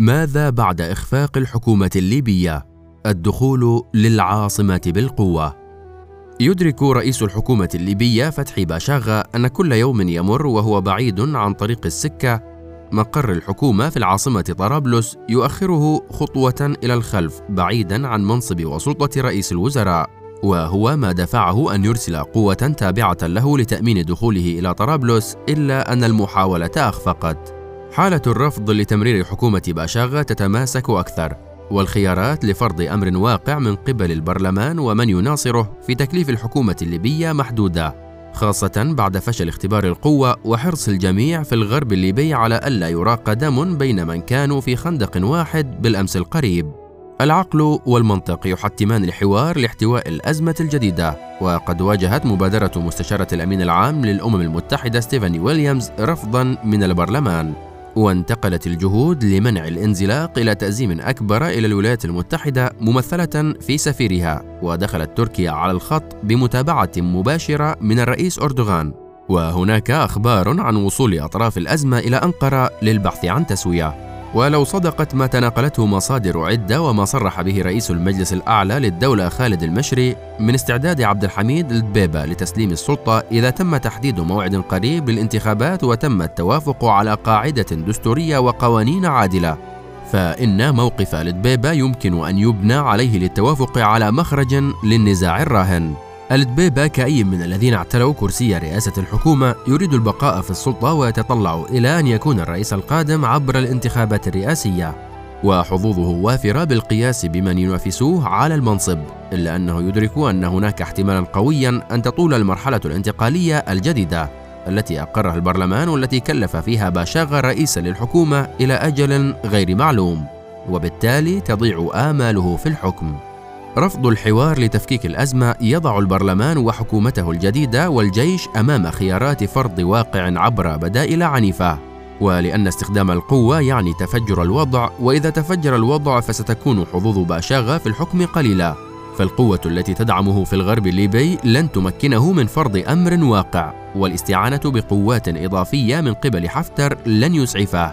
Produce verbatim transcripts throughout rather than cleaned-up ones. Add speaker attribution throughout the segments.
Speaker 1: ماذا بعد إخفاق الحكومة الليبية؟ الدخول للعاصمة بالقوة. يدرك رئيس الحكومة الليبية فتحي باشاغا أن كل يوم يمر وهو بعيد عن طريق السكة مقر الحكومة في العاصمة طرابلس يؤخره خطوة إلى الخلف بعيدا عن منصب وسلطة رئيس الوزراء، وهو ما دفعه أن يرسل قوة تابعة له لتأمين دخوله إلى طرابلس، إلا أن المحاولة أخفقت. حالة الرفض لتمرير حكومة باشاغا تتماسك أكثر، والخيارات لفرض أمر واقع من قبل البرلمان ومن يناصره في تكليف الحكومة الليبية محدودة، خاصة بعد فشل اختبار القوة وحرص الجميع في الغرب الليبي على ألا يراق دم بين من كانوا في خندق واحد بالأمس القريب. العقل والمنطق يحتمان الحوار لاحتواء الأزمة الجديدة، وقد واجهت مبادرة مستشارة الأمين العام للأمم المتحدة ستيفاني ويليامز رفضاً من البرلمان، وانتقلت الجهود لمنع الانزلاق إلى تأزيم أكبر إلى الولايات المتحدة ممثلة في سفيرها، ودخلت تركيا على الخط بمتابعة مباشرة من الرئيس أردوغان. وهناك أخبار عن وصول أطراف الأزمة إلى أنقرة للبحث عن تسوية. ولو صدقت ما تناقلته مصادر عدة وما صرح به رئيس المجلس الأعلى للدولة خالد المشري من استعداد عبد الحميد الدبيبة لتسليم السلطة إذا تم تحديد موعد قريب للانتخابات وتم التوافق على قاعدة دستورية وقوانين عادلة، فإن موقف الدبيبة يمكن أن يبنى عليه للتوافق على مخرج للنزاع الراهن. الدبيبة كأي من الذين اعتلوا كرسي رئاسة الحكومة يريد البقاء في السلطة ويتطلع إلى أن يكون الرئيس القادم عبر الانتخابات الرئاسية، وحظوظه وافرة بالقياس بمن ينافسوه على المنصب، إلا أنه يدرك أن هناك احتمالا قويا أن تطول المرحلة الانتقالية الجديدة التي أقرها البرلمان والتي كلف فيها باشاغا رئيسا للحكومة إلى أجل غير معلوم، وبالتالي تضيع آماله في الحكم. رفض الحوار لتفكيك الأزمة يضع البرلمان وحكومته الجديدة والجيش أمام خيارات فرض واقع عبر بدائل عنيفة، ولأن استخدام القوة يعني تفجر الوضع، وإذا تفجر الوضع فستكون حظوظ باشاغا في الحكم قليلة، فالقوة التي تدعمه في الغرب الليبي لن تمكنه من فرض أمر واقع، والاستعانة بقوات إضافية من قبل حفتر لن يسعفه،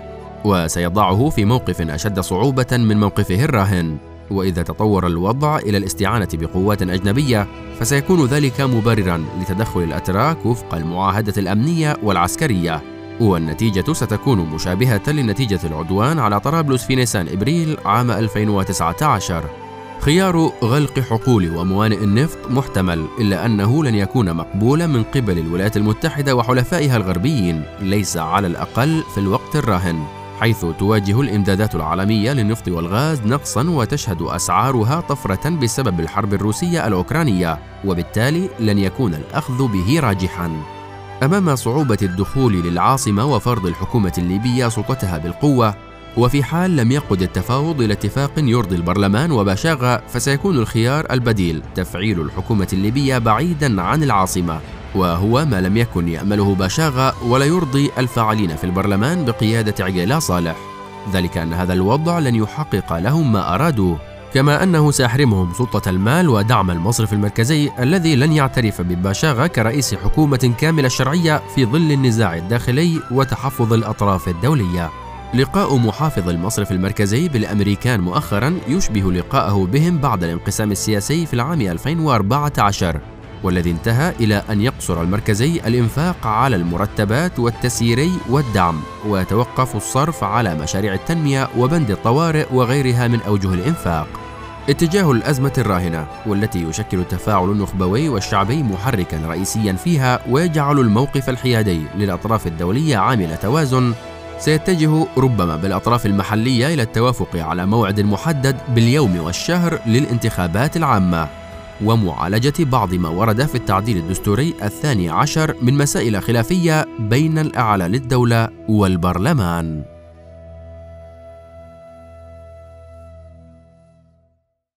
Speaker 1: وسيضعه في موقف أشد صعوبة من موقفه الراهن. وإذا تطور الوضع إلى الاستعانة بقوات أجنبية فسيكون ذلك مبرراً لتدخل الأتراك وفق المعاهدة الأمنية والعسكرية، والنتيجة ستكون مشابهة لنتيجة العدوان على طرابلس في نيسان إبريل عام ألفين وتسعة عشر. خيار غلق حقول وموانئ النفط محتمل، إلا أنه لن يكون مقبولا من قبل الولايات المتحدة وحلفائها الغربيين، ليس على الأقل في الوقت الراهن، حيث تواجه الإمدادات العالمية للنفط والغاز نقصاً وتشهد أسعارها طفرة بسبب الحرب الروسية الأوكرانية، وبالتالي لن يكون الأخذ به راجحاً. أمام صعوبة الدخول للعاصمة وفرض الحكومة الليبية سلطتها بالقوة، وفي حال لم يقود التفاوض إلى اتفاق يرضي البرلمان وباشاغا، فسيكون الخيار البديل تفعيل الحكومة الليبية بعيداً عن العاصمة، وهو ما لم يكن يأمله باشاغا ولا يرضي الفاعلين في البرلمان بقيادة عقيلة صالح، ذلك أن هذا الوضع لن يحقق لهم ما أرادوه، كما أنه سيحرمهم سلطة المال ودعم المصرف المركزي الذي لن يعترف بباشاغا كرئيس حكومة كاملة الشرعية في ظل النزاع الداخلي وتحفظ الأطراف الدولية. لقاء محافظ المصرف المركزي بالأمريكان مؤخرا يشبه لقاءه بهم بعد الانقسام السياسي في العام ألفين وأربعة عشر، والذي انتهى إلى أن يقصر المركزي الإنفاق على المرتبات والتسييري والدعم، ويتوقف الصرف على مشاريع التنمية وبند الطوارئ وغيرها من أوجه الإنفاق. اتجاه الأزمة الراهنة والتي يشكل التفاعل النخبوي والشعبي محركا رئيسيا فيها ويجعل الموقف الحيادي للأطراف الدولية عامل توازن، سيتجه ربما بالأطراف المحلية إلى التوافق على موعد محدد باليوم والشهر للانتخابات العامة، ومعالجة بعض ما ورد في التعديل الدستوري الثاني عشر من مسائل خلافية بين الأعلى للدولة والبرلمان.